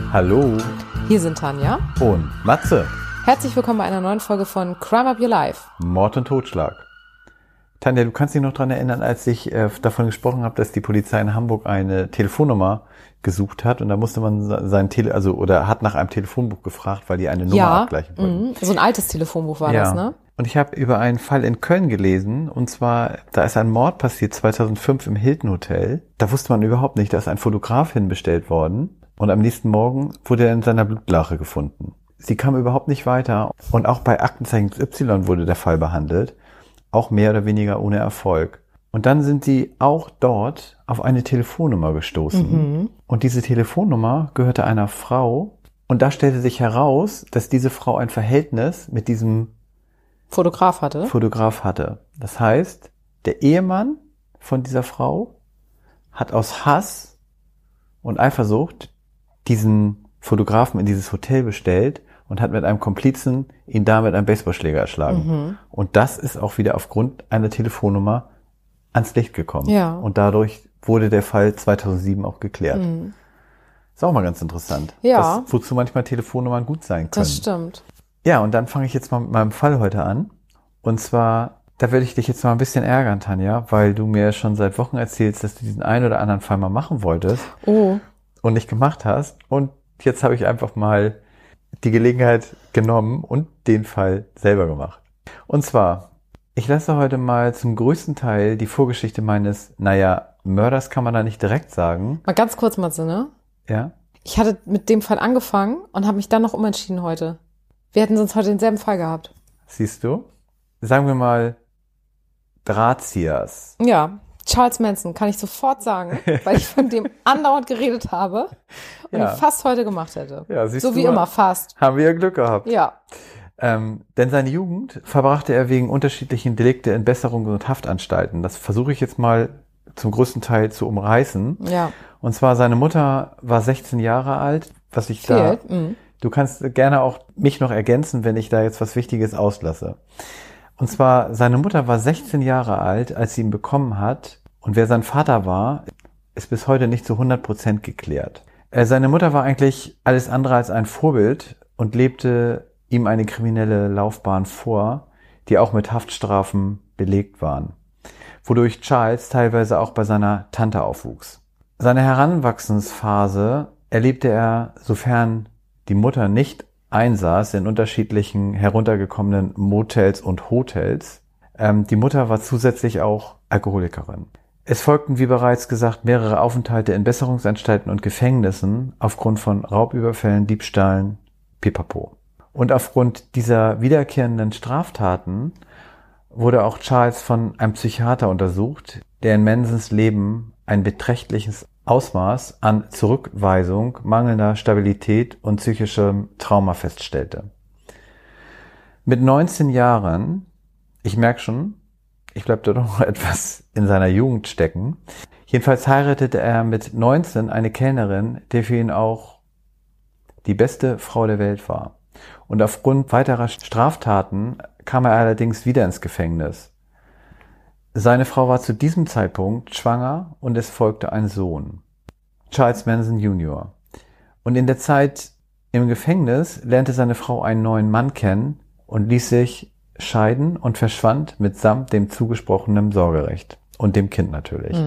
Hallo. Hier sind Tanja Und Matze. Herzlich willkommen bei einer neuen Folge von Crime Up Your Life. Mord und Totschlag. Tanja, du kannst dich noch daran erinnern, als ich davon gesprochen habe, dass die Polizei in Hamburg eine Telefonnummer gesucht hat und da musste man hat nach einem Telefonbuch gefragt, weil die eine Nummer abgleichen wollten. So ein altes Telefonbuch war das, ne? Und ich habe über einen Fall in Köln gelesen, und zwar, da ist ein Mord passiert 2005 im Hilton Hotel. Da wusste man überhaupt nicht, da ist ein Fotograf hinbestellt worden und am nächsten Morgen wurde er in seiner Blutlache gefunden. Sie kam überhaupt nicht weiter und auch bei Aktenzeichen XY wurde der Fall behandelt, auch mehr oder weniger ohne Erfolg. Und dann sind sie auch dort auf eine Telefonnummer gestoßen. Und diese Telefonnummer gehörte einer Frau und da stellte sich heraus, dass diese Frau ein Verhältnis mit diesem Fotograf hatte. Das heißt, der Ehemann von dieser Frau hat aus Hass und Eifersucht diesen Fotografen in dieses Hotel bestellt und hat mit einem Komplizen ihn da mit einem Baseballschläger erschlagen. Und das ist auch wieder aufgrund einer Telefonnummer ans Licht gekommen. Ja. Und dadurch wurde der Fall 2007 auch geklärt. Ist auch mal ganz interessant. Ja. Wozu manchmal Telefonnummern gut sein können. Das stimmt. Ja, und dann fange ich jetzt mal mit meinem Fall heute an. Und zwar, da werde ich dich jetzt mal ein bisschen ärgern, Tanja, weil du mir schon seit Wochen erzählst, dass du diesen einen oder anderen Fall mal machen wolltest. Oh. Und nicht gemacht hast. Und jetzt habe ich einfach mal die Gelegenheit genommen und den Fall selber gemacht. Und zwar, ich lasse heute mal zum größten Teil die Vorgeschichte meines, Mörders kann man da nicht direkt sagen. Mal ganz kurz, Matze, ne? Ja. Ich hatte mit dem Fall angefangen und habe mich dann noch umentschieden heute. Wir hätten sonst heute denselben Fall gehabt. Siehst du? Sagen wir mal Drahtziehers. Ja, Charles Manson, kann ich sofort sagen, weil ich von dem andauernd geredet habe und ihn fast heute gemacht hätte. Ja, siehst so du wie mal, immer, fast. Haben wir ja Glück gehabt. Ja. Denn seine Jugend verbrachte er wegen unterschiedlichen Delikte in Besserungs- und Haftanstalten. Das versuche ich jetzt mal zum größten Teil zu umreißen. Ja. Und zwar, seine Mutter war 16 Jahre alt, was ich Fehlt. Du kannst gerne auch mich noch ergänzen, wenn ich da jetzt was Wichtiges auslasse. Und zwar, seine Mutter war 16 Jahre alt, als sie ihn bekommen hat. Und wer sein Vater war, ist bis heute nicht zu 100% geklärt. Seine Mutter war eigentlich alles andere als ein Vorbild und lebte ihm eine kriminelle Laufbahn vor, die auch mit Haftstrafen belegt waren, wodurch Charles teilweise auch bei seiner Tante aufwuchs. Seine Heranwachsensphase erlebte er, sofern die Mutter nicht einsaß, in unterschiedlichen heruntergekommenen Motels und Hotels. Die Mutter war zusätzlich auch Alkoholikerin. Es folgten, wie bereits gesagt, mehrere Aufenthalte in Besserungsanstalten und Gefängnissen aufgrund von Raubüberfällen, Diebstahlen, pipapo. Und aufgrund dieser wiederkehrenden Straftaten wurde auch Charles von einem Psychiater untersucht, der in Mansons Leben ein beträchtliches Ausmaß an Zurückweisung, mangelnder Stabilität und psychischem Trauma feststellte. Mit 19 Jahren, ich merke schon, ich bleibe da noch etwas in seiner Jugend stecken. Jedenfalls heiratete er mit 19 eine Kellnerin, die für ihn auch die beste Frau der Welt war. Und aufgrund weiterer Straftaten kam er allerdings wieder ins Gefängnis. Seine Frau war zu diesem Zeitpunkt schwanger und es folgte ein Sohn, Charles Manson Jr. Und in der Zeit im Gefängnis lernte seine Frau einen neuen Mann kennen und ließ sich scheiden und verschwand mitsamt dem zugesprochenen Sorgerecht und dem Kind natürlich.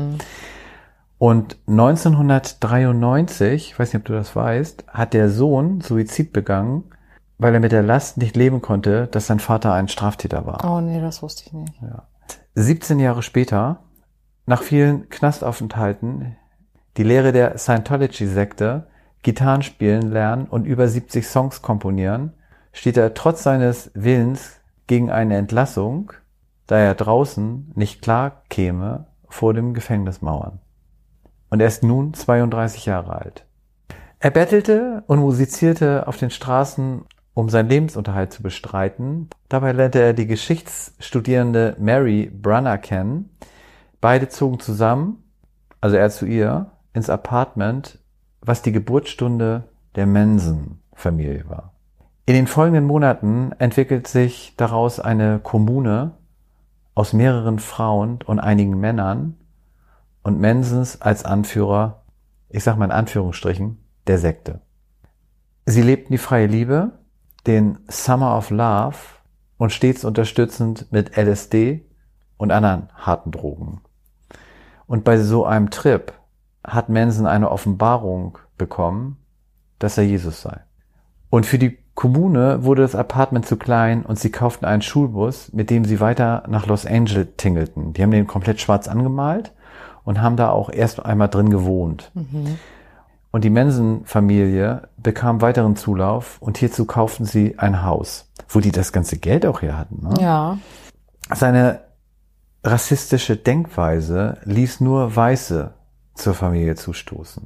Und 1993, ich weiß nicht, ob du das weißt, hat der Sohn Suizid begangen, weil er mit der Last nicht leben konnte, dass sein Vater ein Straftäter war. Oh nee, das wusste ich nicht. Ja. 17 Jahre später, nach vielen Knastaufenthalten, die Lehre der Scientology-Sekte, Gitarren spielen lernen und über 70 Songs komponieren, steht er trotz seines Willens gegen eine Entlassung, da er draußen nicht klar käme, vor dem Gefängnismauern. Und er ist nun 32 Jahre alt. Er bettelte und musizierte auf den Straßen, um seinen Lebensunterhalt zu bestreiten. Dabei lernte er die Geschichtsstudierende Mary Brunner kennen. Beide zogen zusammen, also er zu ihr, ins Apartment, was die Geburtsstunde der Manson-Familie war. In den folgenden Monaten entwickelt sich daraus eine Kommune aus mehreren Frauen und einigen Männern und Mansons als Anführer, ich sag mal in Anführungsstrichen, der Sekte. Sie lebten die freie Liebe, den Summer of Love und stets unterstützend mit LSD und anderen harten Drogen. Und bei so einem Trip hat Manson eine Offenbarung bekommen, dass er Jesus sei. Und für die Kommune wurde das Apartment zu klein und sie kauften einen Schulbus, mit dem sie weiter nach Los Angeles tingelten. Die haben den komplett schwarz angemalt und haben da auch erst einmal drin gewohnt. Mhm. Und die Manson-Familie bekam weiteren Zulauf und hierzu kauften sie ein Haus, wo die das ganze Geld auch her hatten. Ne? Ja. Seine rassistische Denkweise ließ nur Weiße zur Familie zustoßen.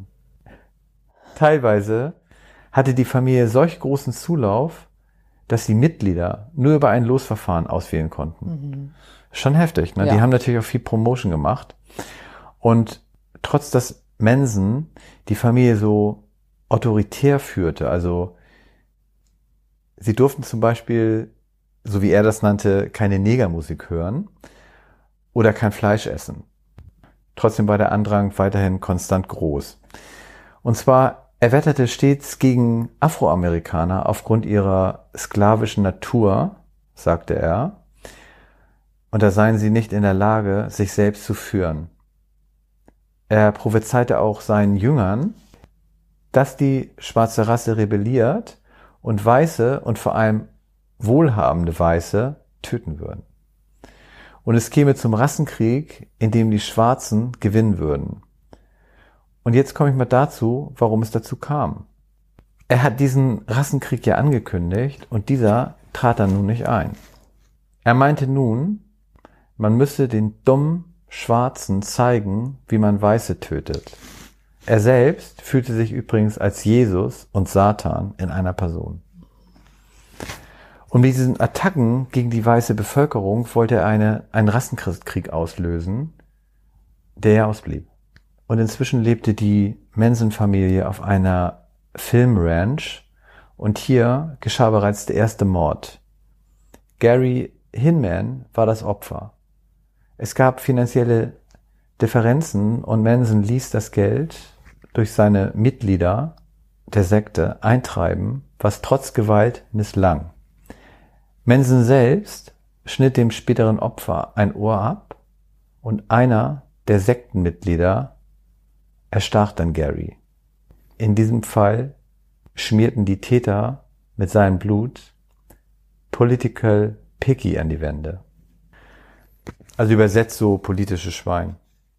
Teilweise hatte die Familie solch großen Zulauf, dass die Mitglieder nur über ein Losverfahren auswählen konnten. Mhm. Schon heftig, ne? Ja. Die haben natürlich auch viel Promotion gemacht. Und trotz dass Manson die Familie so autoritär führte, also sie durften zum Beispiel, so wie er das nannte, keine Negermusik hören oder kein Fleisch essen. Trotzdem war der Andrang weiterhin konstant groß. Und zwar er wetterte stets gegen Afroamerikaner aufgrund ihrer sklavischen Natur, sagte er, und da seien sie nicht in der Lage, sich selbst zu führen. Er prophezeite auch seinen Jüngern, dass die schwarze Rasse rebelliert und Weiße und vor allem wohlhabende Weiße töten würden. Und es käme zum Rassenkrieg, in dem die Schwarzen gewinnen würden. Und jetzt komme ich mal dazu, warum es dazu kam. Er hat diesen Rassenkrieg ja angekündigt und dieser trat dann nun nicht ein. Er meinte nun, man müsse den dummen Schwarzen zeigen, wie man Weiße tötet. Er selbst fühlte sich übrigens als Jesus und Satan in einer Person. Und mit diesen Attacken gegen die weiße Bevölkerung wollte er einen Rassenkrieg auslösen, der ja ausblieb. Und inzwischen lebte die Manson-Familie auf einer Filmranch und hier geschah bereits der erste Mord. Gary Hinman war das Opfer. Es gab finanzielle Differenzen und Manson ließ das Geld durch seine Mitglieder der Sekte eintreiben, was trotz Gewalt misslang. Manson selbst schnitt dem späteren Opfer ein Ohr ab und einer der Sektenmitglieder erstach dann Gary. In diesem Fall schmierten die Täter mit seinem Blut Political Piggy an die Wände. Also übersetzt so politische Schwein.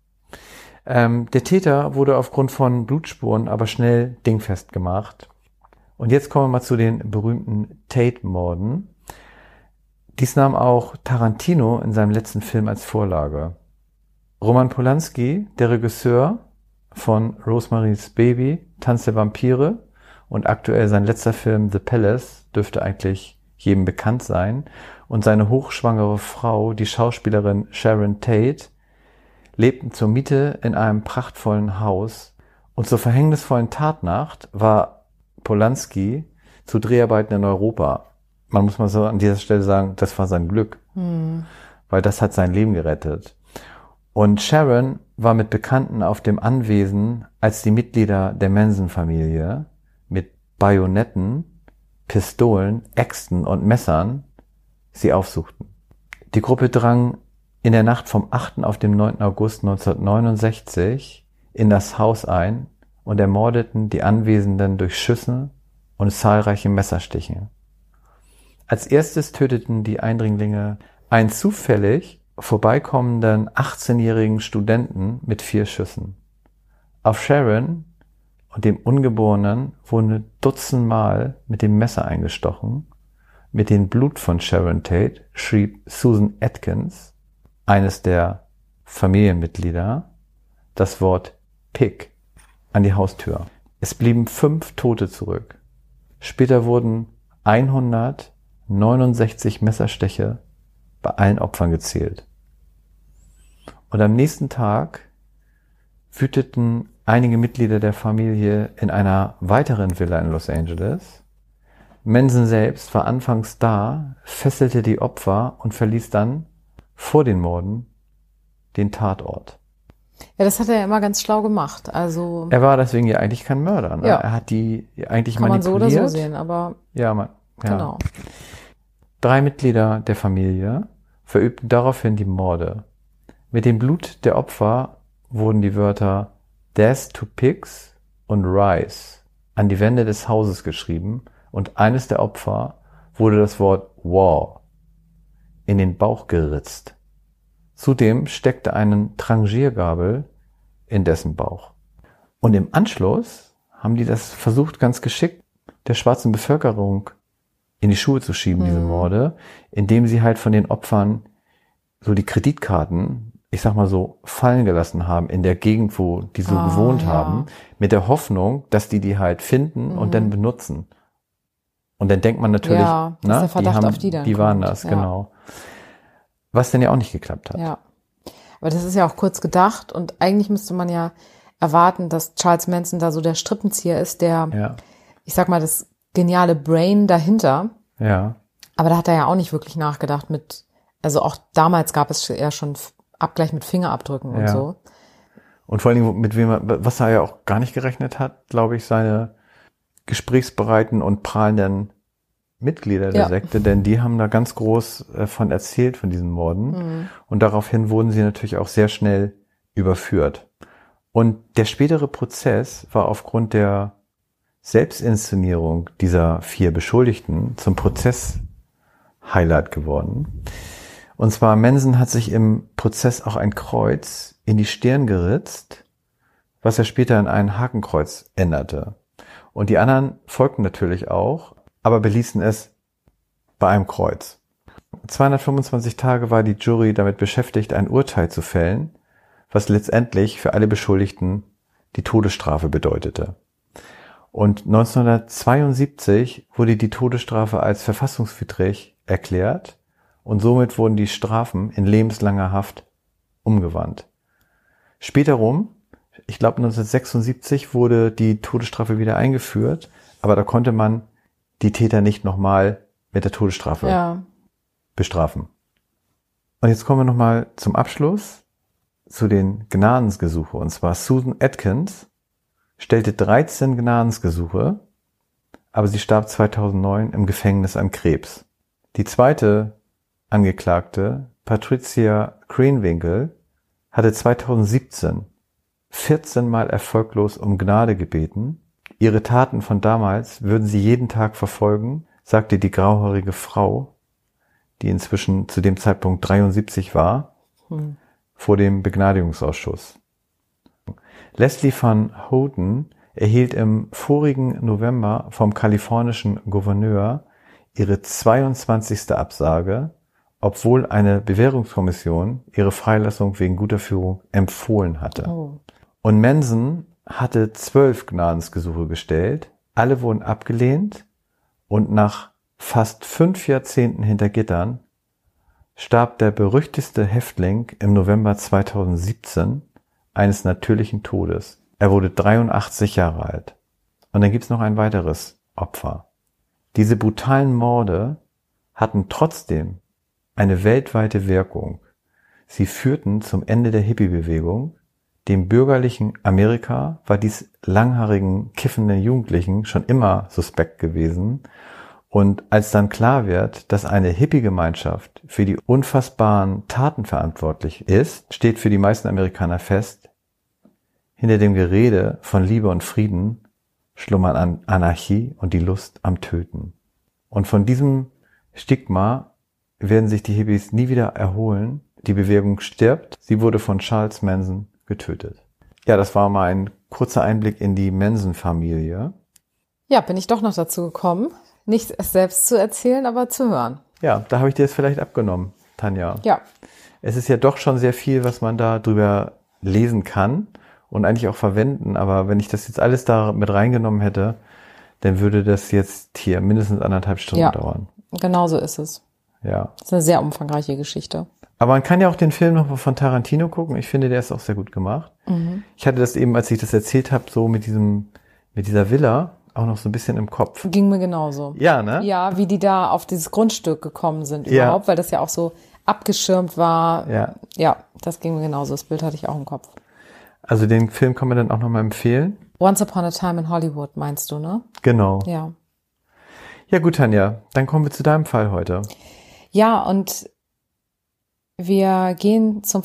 Der Täter wurde aufgrund von Blutspuren aber schnell dingfest gemacht. Und jetzt kommen wir mal zu den berühmten Tate-Morden. Dies nahm auch Tarantino in seinem letzten Film als Vorlage. Roman Polanski, der Regisseur von Rosemary's Baby, Tanz der Vampire und aktuell sein letzter Film The Palace, dürfte eigentlich jedem bekannt sein. Und seine hochschwangere Frau, die Schauspielerin Sharon Tate, lebten zur Miete in einem prachtvollen Haus. Und zur verhängnisvollen Tatnacht war Polanski zu Dreharbeiten in Europa. Man muss mal so an dieser Stelle sagen, das war sein Glück, weil das hat sein Leben gerettet. Und Sharon war mit Bekannten auf dem Anwesen, als die Mitglieder der Manson-Familie mit Bajonetten, Pistolen, Äxten und Messern sie aufsuchten. Die Gruppe drang in der Nacht vom 8. auf den 9. August 1969 in das Haus ein und ermordeten die Anwesenden durch Schüsse und zahlreiche Messerstiche. Als erstes töteten die Eindringlinge einen zufällig vorbeikommenden 18-jährigen Studenten mit 4 Schüssen. Auf Sharon und dem Ungeborenen wurde dutzendmal mit dem Messer eingestochen. Mit dem Blut von Sharon Tate schrieb Susan Atkins, eines der Familienmitglieder, das Wort Pig an die Haustür. Es blieben 5 Tote zurück. Später wurden 169 Messerstiche bei allen Opfern gezählt. Und am nächsten Tag wüteten einige Mitglieder der Familie in einer weiteren Villa in Los Angeles. Manson selbst war anfangs da, fesselte die Opfer und verließ dann vor den Morden den Tatort. Ja, das hat er ja immer ganz schlau gemacht. Also Er war deswegen ja eigentlich kein Mörder. Ne? Ja. Er hat die eigentlich kann man so manipuliert. oder so sehen, aber Ja. genau. 3 Mitglieder der Familie verübten daraufhin die Morde. Mit dem Blut der Opfer wurden die Wörter Death to Pigs und Rice an die Wände des Hauses geschrieben und eines der Opfer wurde das Wort War in den Bauch geritzt. Zudem steckte eine Trangiergabel in dessen Bauch. Und im Anschluss haben die das versucht, ganz geschickt der schwarzen Bevölkerung in die Schuhe zu schieben, diese Morde, indem sie halt von den Opfern so die Kreditkarten, ich sag mal so, fallen gelassen haben in der Gegend, wo die so gewohnt haben, mit der Hoffnung, dass die halt finden und dann benutzen. Und dann denkt man natürlich, dass der Verdacht auf die dann die waren kommt. das, genau. Was denn ja auch nicht geklappt hat. Ja. Aber das ist ja auch kurz gedacht und eigentlich müsste man ja erwarten, dass Charles Manson da so der Strippenzieher ist, der, ich sag mal, das geniale Brain dahinter. Ja. Aber da hat er ja auch nicht wirklich nachgedacht also auch damals gab es ja schon Abgleich mit Fingerabdrücken und so. Und vor allen Dingen, mit wem was er ja auch gar nicht gerechnet hat, glaube ich, seine gesprächsbereiten und prahlenden Mitglieder der Sekte, denn die haben da ganz groß von erzählt, von diesen Morden. Und daraufhin wurden sie natürlich auch sehr schnell überführt. Und der spätere Prozess war aufgrund der Selbstinszenierung dieser 4 Beschuldigten zum Prozess-Highlight geworden. Und zwar Manson hat sich im Prozess auch ein Kreuz in die Stirn geritzt, was er später in ein Hakenkreuz änderte. Und die anderen folgten natürlich auch, aber beließen es bei einem Kreuz. 225 Tage war die Jury damit beschäftigt, ein Urteil zu fällen, was letztendlich für alle Beschuldigten die Todesstrafe bedeutete. Und 1972 wurde die Todesstrafe als verfassungswidrig erklärt und somit wurden die Strafen in lebenslanger Haft umgewandt. Späterum, ich glaube 1976, wurde die Todesstrafe wieder eingeführt, aber da konnte man die Täter nicht nochmal mit der Todesstrafe bestrafen. Und jetzt kommen wir nochmal zum Abschluss zu den Gnadensgesuchen. Und zwar Susan Atkins stellte 13 Gnadensgesuche, aber sie starb 2009 im Gefängnis an Krebs. Die zweite Angeklagte, Patricia Krenwinkel, hatte 2017 14 Mal erfolglos um Gnade gebeten. Ihre Taten von damals würden sie jeden Tag verfolgen, sagte die grauhaarige Frau, die inzwischen zu dem Zeitpunkt 73 war, vor dem Begnadigungsausschuss. Leslie Van Houten erhielt im vorigen November vom kalifornischen Gouverneur ihre 22. Absage, obwohl eine Bewährungskommission ihre Freilassung wegen guter Führung empfohlen hatte. Und Manson hatte 12 Gnadensgesuche gestellt, alle wurden abgelehnt und nach fast 5 Jahrzehnten hinter Gittern starb der berüchtigste Häftling im November 2017 eines natürlichen Todes. Er wurde 83 Jahre alt. Und dann gibt's noch ein weiteres Opfer. Diese brutalen Morde hatten trotzdem eine weltweite Wirkung. Sie führten zum Ende der Hippie-Bewegung. Dem bürgerlichen Amerika war dies langhaarigen, kiffenden Jugendlichen schon immer suspekt gewesen. Und als dann klar wird, dass eine Hippie-Gemeinschaft für die unfassbaren Taten verantwortlich ist, steht für die meisten Amerikaner fest, hinter dem Gerede von Liebe und Frieden schlummern Anarchie und die Lust am Töten. Und von diesem Stigma werden sich die Hippies nie wieder erholen. Die Bewegung stirbt. Sie wurde von Charles Manson getötet. Ja, das war mal ein kurzer Einblick in die Manson-Familie. Ja, bin ich doch noch dazu gekommen, nicht es selbst zu erzählen, aber zu hören. Ja, da habe ich dir das vielleicht abgenommen, Tanja. Ja. Es ist ja doch schon sehr viel, was man da drüber lesen kann und eigentlich auch verwenden. Aber wenn ich das jetzt alles da mit reingenommen hätte, dann würde das jetzt hier mindestens 1,5 Stunden dauern. Genau so ist es. Ja. Das ist eine sehr umfangreiche Geschichte. Aber man kann ja auch den Film noch von Tarantino gucken. Ich finde, der ist auch sehr gut gemacht. Ich hatte das eben, als ich das erzählt habe, so mit dieser Villa auch noch so ein bisschen im Kopf. Ging mir genauso. Ja, ne? Ja, wie die da auf dieses Grundstück gekommen sind überhaupt, weil das ja auch so abgeschirmt war. Ja. Ja, das ging mir genauso. Das Bild hatte ich auch im Kopf. Also den Film kann man dann auch nochmal empfehlen? Once Upon a Time in Hollywood meinst du, ne? Genau. Ja. Ja gut, Tanja, dann kommen wir zu deinem Fall heute. Ja, und wir gehen zum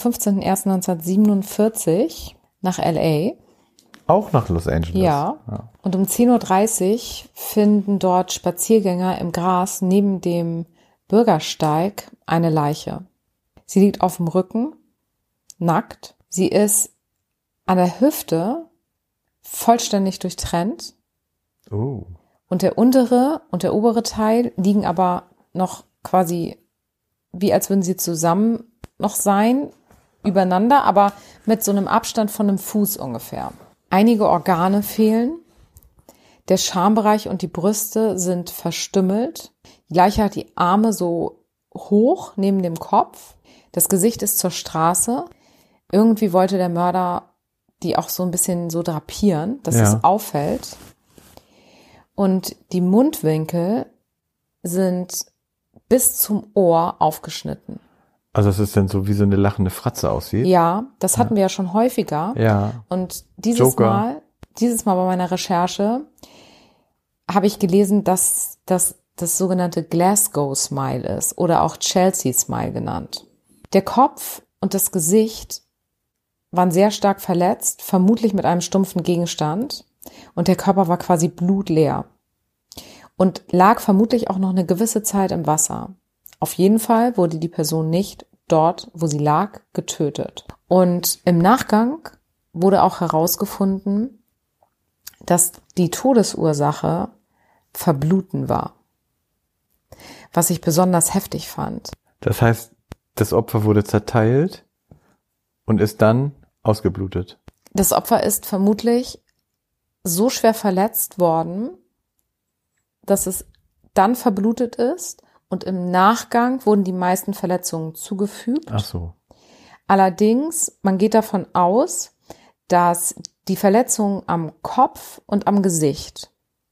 15.01.1947 nach L.A. Auch nach Los Angeles? Ja. Und um 10.30 Uhr finden dort Spaziergänger im Gras neben dem Bürgersteig eine Leiche. Sie liegt auf dem Rücken, nackt. Sie ist an der Hüfte vollständig durchtrennt. Oh. Und der untere und der obere Teil liegen aber noch quasi, wie als würden sie zusammen noch sein, übereinander, aber mit so einem Abstand von einem Fuß ungefähr. Einige Organe fehlen. Der Schambereich und die Brüste sind verstümmelt. Die Leiche hat die Arme so hoch neben dem Kopf. Das Gesicht ist zur Straße. Irgendwie wollte der Mörder die auch so ein bisschen so drapieren, dass es auffällt. Und die Mundwinkel sind bis zum Ohr aufgeschnitten. Also es ist dann so, wie so eine lachende Fratze aussieht? Ja, das hatten wir ja schon häufiger. Ja. Und dieses Mal bei meiner Recherche habe ich gelesen, dass das sogenannte Glasgow Smile ist oder auch Chelsea Smile genannt. Der Kopf und das Gesicht waren sehr stark verletzt, vermutlich mit einem stumpfen Gegenstand. Und der Körper war quasi blutleer und lag vermutlich auch noch eine gewisse Zeit im Wasser. Auf jeden Fall wurde die Person nicht dort, wo sie lag, getötet. Und im Nachgang wurde auch herausgefunden, dass die Todesursache Verbluten war, was ich besonders heftig fand. Das heißt, das Opfer wurde zerteilt und ist dann ausgeblutet. Das Opfer ist vermutlich so schwer verletzt worden, dass es dann verblutet ist und im Nachgang wurden die meisten Verletzungen zugefügt. Ach so. Allerdings, man geht davon aus, dass die Verletzungen am Kopf und am Gesicht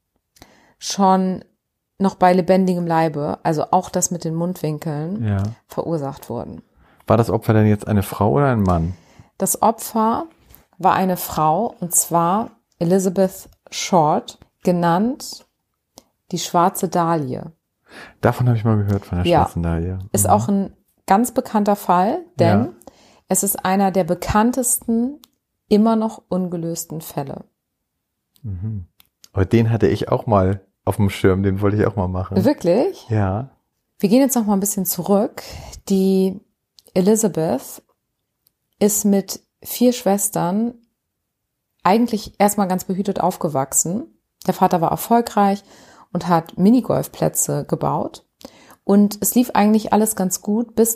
schon noch bei lebendigem Leibe, also auch das mit den Mundwinkeln, verursacht wurden. War das Opfer denn jetzt eine Frau oder ein Mann? Das Opfer war eine Frau, und zwar Elizabeth Short, genannt die schwarze Dahlie. Davon habe ich mal gehört, von der schwarzen Dahlie. Ist auch ein ganz bekannter Fall, denn es ist einer der bekanntesten, immer noch ungelösten Fälle. Mhm. Aber den hatte ich auch mal auf dem Schirm, den wollte ich auch mal machen. Wirklich? Ja. Wir gehen jetzt noch mal ein bisschen zurück. Die Elizabeth ist mit 4 Schwestern eigentlich erstmal ganz behütet aufgewachsen. Der Vater war erfolgreich und hat Minigolfplätze gebaut. Und es lief eigentlich alles ganz gut, bis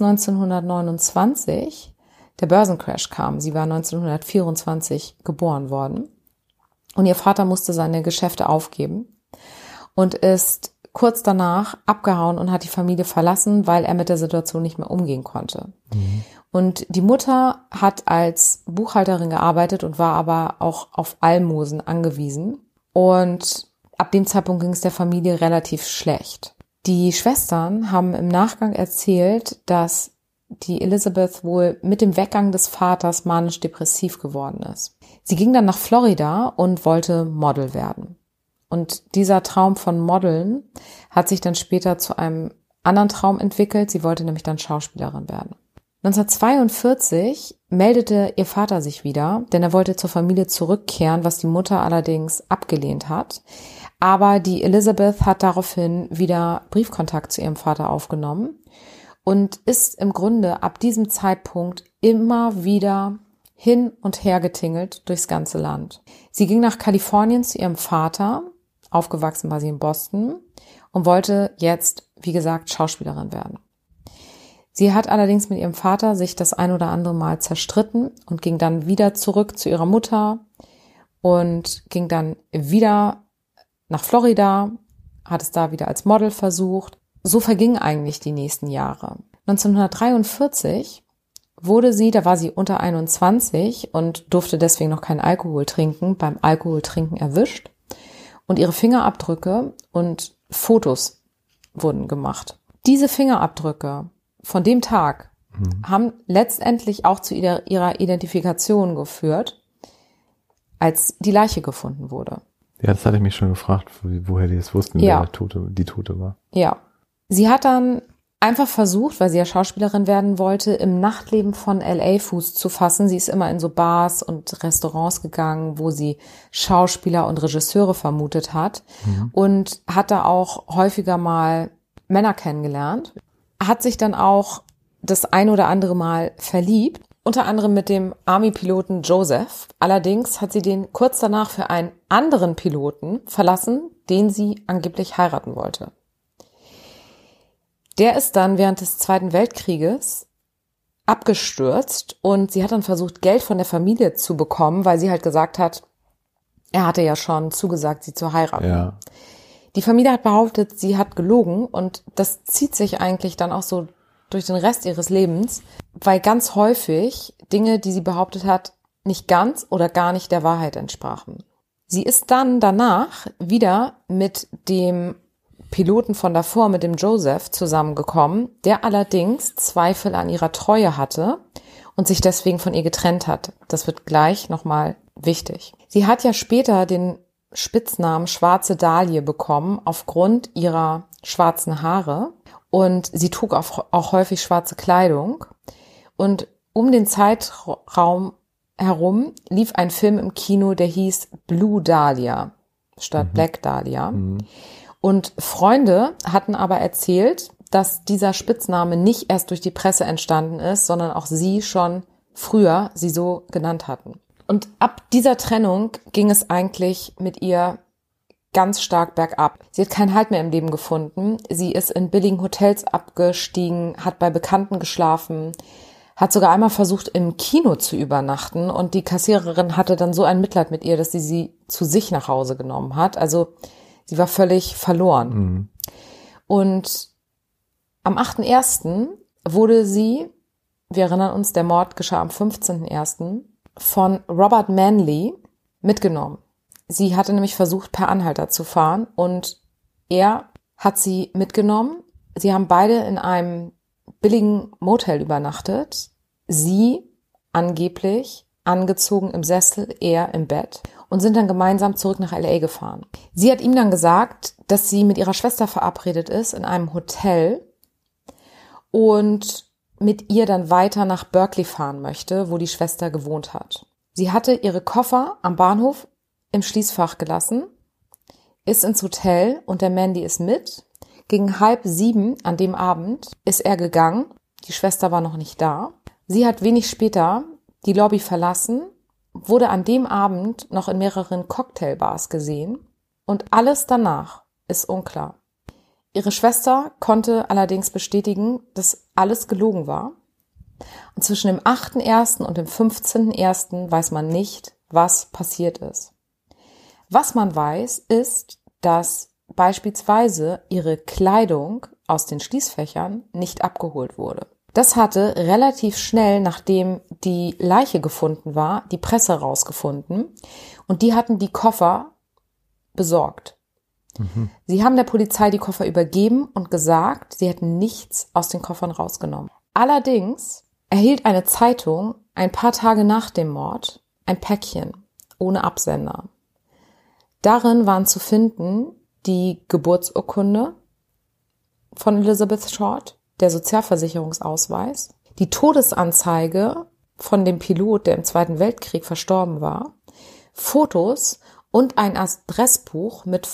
1929 der Börsencrash kam. Sie war 1924 geboren worden. Und ihr Vater musste seine Geschäfte aufgeben und ist kurz danach abgehauen und hat die Familie verlassen, weil er mit der Situation nicht mehr umgehen konnte. Mhm. Und die Mutter hat als Buchhalterin gearbeitet und war aber auch auf Almosen angewiesen. Und ab dem Zeitpunkt ging es der Familie relativ schlecht. Die Schwestern haben im Nachgang erzählt, dass die Elizabeth wohl mit dem Weggang des Vaters manisch-depressiv geworden ist. Sie ging dann nach Florida und wollte Model werden. Und dieser Traum von Modeln hat sich dann später zu einem anderen Traum entwickelt. Sie wollte nämlich dann Schauspielerin werden. 1942 meldete ihr Vater sich wieder, denn er wollte zur Familie zurückkehren, was die Mutter allerdings abgelehnt hat. Aber die Elizabeth hat daraufhin wieder Briefkontakt zu ihrem Vater aufgenommen und ist im Grunde ab diesem Zeitpunkt immer wieder hin und her getingelt durchs ganze Land. Sie ging nach Kalifornien zu ihrem Vater, aufgewachsen war sie in Boston, und wollte jetzt, wie gesagt, Schauspielerin werden. Sie hat allerdings mit ihrem Vater sich das ein oder andere Mal zerstritten und ging dann wieder zurück zu ihrer Mutter und ging dann wieder nach Florida, hat es da wieder als Model versucht. So vergingen eigentlich die nächsten Jahre. 1943 wurde sie, da war sie unter 21 und durfte deswegen noch keinen Alkohol trinken, beim Alkoholtrinken erwischt. Und ihre Fingerabdrücke und Fotos wurden gemacht. Diese Fingerabdrücke von dem Tag haben letztendlich auch zu ihrer Identifikation geführt. als die Leiche gefunden wurde. Ja, das hatte ich mich schon gefragt, woher die es wussten, Ja. wer die Tote war. Ja. Sie hat dann einfach versucht, weil sie ja Schauspielerin werden wollte, im Nachtleben von LA Fuß zu fassen. Sie ist immer in so Bars und Restaurants gegangen, wo sie Schauspieler und Regisseure vermutet hat und hat da auch häufiger mal Männer kennengelernt. Hat sich dann auch das ein oder andere Mal verliebt, unter anderem mit dem Army-Piloten Joseph. Allerdings hat sie den kurz danach für einen anderen Piloten verlassen, den sie angeblich heiraten wollte. Der ist dann während des Zweiten Weltkrieges abgestürzt und sie hat dann versucht, Geld von der Familie zu bekommen, weil sie halt gesagt hat, er hatte ja schon zugesagt, sie zu heiraten. Ja. Die Familie hat behauptet, sie hat gelogen und das zieht sich eigentlich dann auch so durch den Rest ihres Lebens, weil ganz häufig Dinge, die sie behauptet hat, nicht ganz oder gar nicht der Wahrheit entsprachen. Sie ist dann danach wieder mit dem Piloten von davor, mit dem Joseph, zusammengekommen, der allerdings Zweifel an ihrer Treue hatte und sich deswegen von ihr getrennt hat. Das wird gleich nochmal wichtig. Sie hat ja später den Spitznamen Schwarze Dahlie bekommen aufgrund ihrer schwarzen Haare und sie trug auch häufig schwarze Kleidung. Und um den Zeitraum herum lief ein Film im Kino, der hieß Blue Dahlia statt Black Dahlia. Und Freunde hatten aber erzählt, dass dieser Spitzname nicht erst durch die Presse entstanden ist, sondern auch sie schon früher sie so genannt hatten. Und ab dieser Trennung ging es eigentlich mit ihr ganz stark bergab. Sie hat keinen Halt mehr im Leben gefunden. Sie ist in billigen Hotels abgestiegen, hat bei Bekannten geschlafen, hat sogar einmal versucht, im Kino zu übernachten. Und die Kassiererin hatte dann so ein Mitleid mit ihr, dass sie zu sich nach Hause genommen hat. Also sie war völlig verloren. Und am 8.1. wurde sie, wir erinnern uns, der Mord geschah am 15.1., von Robert Manley mitgenommen. Sie hatte nämlich versucht, per Anhalter zu fahren und er hat sie mitgenommen. Sie haben beide in einem billigen Motel übernachtet. Sie angeblich angezogen im Sessel, er im Bett und sind dann gemeinsam zurück nach LA gefahren. Sie hat ihm dann gesagt, dass sie mit ihrer Schwester verabredet ist in einem Hotel und mit ihr dann weiter nach Berkeley fahren möchte, wo die Schwester gewohnt hat. Sie hatte ihre Koffer am Bahnhof im Schließfach gelassen, ist ins Hotel und der Mandy ist mit. Gegen 6:30 an dem Abend ist er gegangen. Die Schwester war noch nicht da. Sie hat wenig später die Lobby verlassen, wurde an dem Abend noch in mehreren Cocktailbars gesehen und alles danach ist unklar. Ihre Schwester konnte allerdings bestätigen, dass alles gelogen war. Und zwischen dem 8.1. und dem 15.1. weiß man nicht, was passiert ist. Was man weiß, ist, dass beispielsweise ihre Kleidung aus den Schließfächern nicht abgeholt wurde. Das hatte relativ schnell, nachdem die Leiche gefunden war, die Presse rausgefunden und die hatten die Koffer besorgt. Sie haben der Polizei die Koffer übergeben und gesagt, sie hätten nichts aus den Koffern rausgenommen. Allerdings erhielt eine Zeitung ein paar Tage nach dem Mord ein Päckchen ohne Absender. Darin waren zu finden die Geburtsurkunde von Elizabeth Short, der Sozialversicherungsausweis, die Todesanzeige von dem Pilot, der im Zweiten Weltkrieg verstorben war, Fotos und ein Adressbuch mit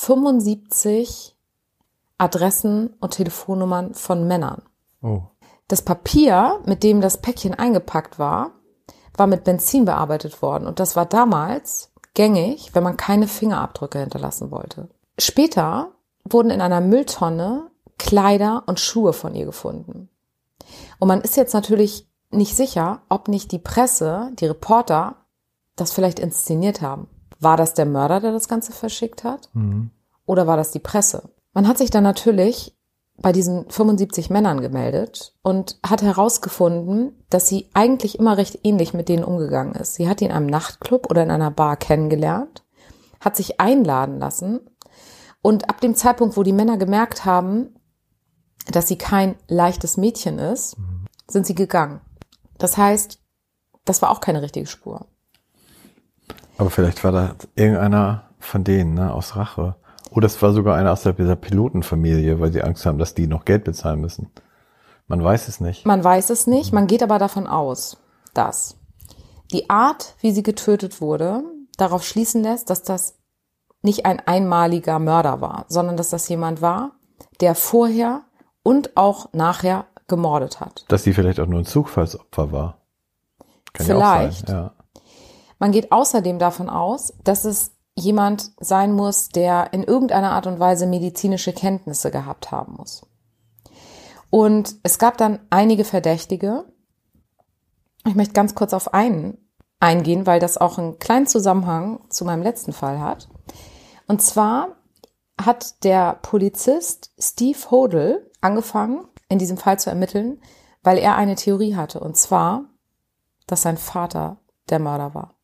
75 Adressen und Telefonnummern von Männern. Oh. Das Papier, mit dem das Päckchen eingepackt war, war mit Benzin bearbeitet worden und das war damals gängig, wenn man keine Fingerabdrücke hinterlassen wollte. Später wurden in einer Mülltonne Kleider und Schuhe von ihr gefunden. Und man ist jetzt natürlich nicht sicher, ob nicht die Presse, die Reporter, das vielleicht inszeniert haben. War das der Mörder, der das Ganze verschickt hat? Oder war das die Presse? Man hat sich dann natürlich bei diesen 75 Männern gemeldet und hat herausgefunden, dass sie eigentlich immer recht ähnlich mit denen umgegangen ist. Sie hat ihn in einem Nachtclub oder in einer Bar kennengelernt, hat sich einladen lassen und ab dem Zeitpunkt, wo die Männer gemerkt haben, dass sie kein leichtes Mädchen ist, sind sie gegangen. Das heißt, das war auch keine richtige Spur. Aber vielleicht war da irgendeiner von denen, ne, aus Rache. Oder es war sogar einer aus dieser Pilotenfamilie, weil sie Angst haben, dass die noch Geld bezahlen müssen. Man weiß es nicht. Man weiß es nicht, man geht aber davon aus, dass die Art, wie sie getötet wurde, darauf schließen lässt, dass das nicht ein einmaliger Mörder war, sondern dass das jemand war, der vorher und auch nachher gemordet hat. Dass sie vielleicht auch nur ein Zufallsopfer war. Kann Vielleicht. Ja auch sein, ja. Man geht außerdem davon aus, dass es jemand sein muss, der in irgendeiner Art und Weise medizinische Kenntnisse gehabt haben muss. Und es gab dann einige Verdächtige. Ich möchte ganz kurz auf einen eingehen, weil das auch einen kleinen Zusammenhang zu meinem letzten Fall hat. Und zwar hat der Polizist Steve Hodel angefangen, in diesem Fall zu ermitteln, weil er eine Theorie hatte. Und zwar, dass sein Vater der Mörder war.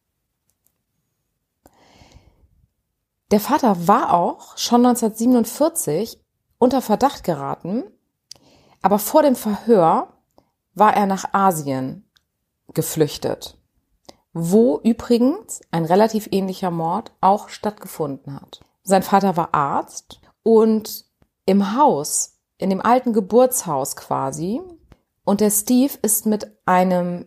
Der Vater war auch schon 1947 unter Verdacht geraten, aber vor dem Verhör war er nach Asien geflüchtet, wo übrigens ein relativ ähnlicher Mord auch stattgefunden hat. Sein Vater war Arzt und im Haus, in dem alten Geburtshaus quasi, und der Steve ist mit einem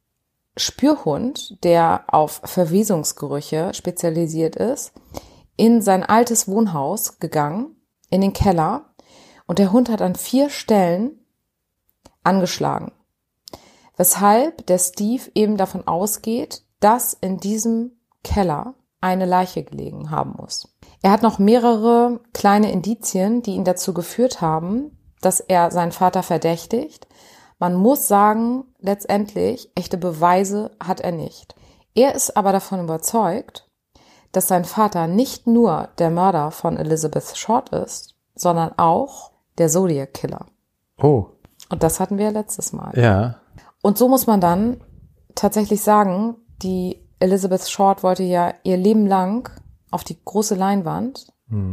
Spürhund, der auf Verwesungsgerüche spezialisiert ist, in sein altes Wohnhaus gegangen, in den Keller, und der Hund hat an 4 Stellen angeschlagen. Weshalb der Steve eben davon ausgeht, dass in diesem Keller eine Leiche gelegen haben muss. Er hat noch mehrere kleine Indizien, die ihn dazu geführt haben, dass er seinen Vater verdächtigt. Man muss sagen, letztendlich, echte Beweise hat er nicht. Er ist aber davon überzeugt, dass sein Vater nicht nur der Mörder von Elizabeth Short ist, sondern auch der Zodiac Killer. Oh. Und das hatten wir letztes Mal. Ja. Und so muss man dann tatsächlich sagen, die Elizabeth Short wollte ja ihr Leben lang auf die große Leinwand.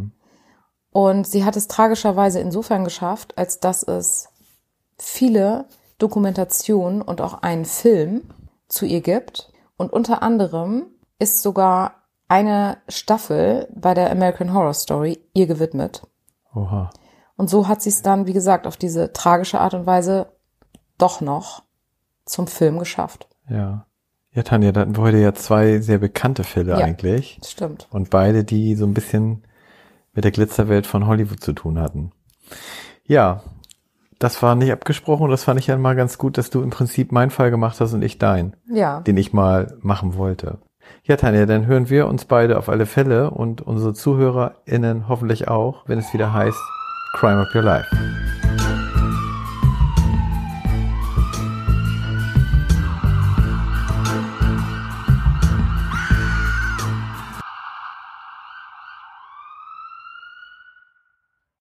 Und sie hat es tragischerweise insofern geschafft, als dass es viele Dokumentationen und auch einen Film zu ihr gibt. Und unter anderem ist sogar eine Staffel bei der American Horror Story ihr gewidmet. Oha. Und so hat sie es dann, wie gesagt, auf diese tragische Art und Weise doch noch zum Film geschafft. Ja. Ja, Tanja, da hatten wir heute ja 2 sehr bekannte Fälle eigentlich. Stimmt. Und beide, die so ein bisschen mit der Glitzerwelt von Hollywood zu tun hatten. Ja, das war nicht abgesprochen. Das fand ich ja mal ganz gut, dass du im Prinzip meinen Fall gemacht hast und ich deinen. Ja. Den ich mal machen wollte. Ja, Tanja, dann hören wir uns beide auf alle Fälle und unsere ZuhörerInnen hoffentlich auch, wenn es wieder heißt Crime of Your Life.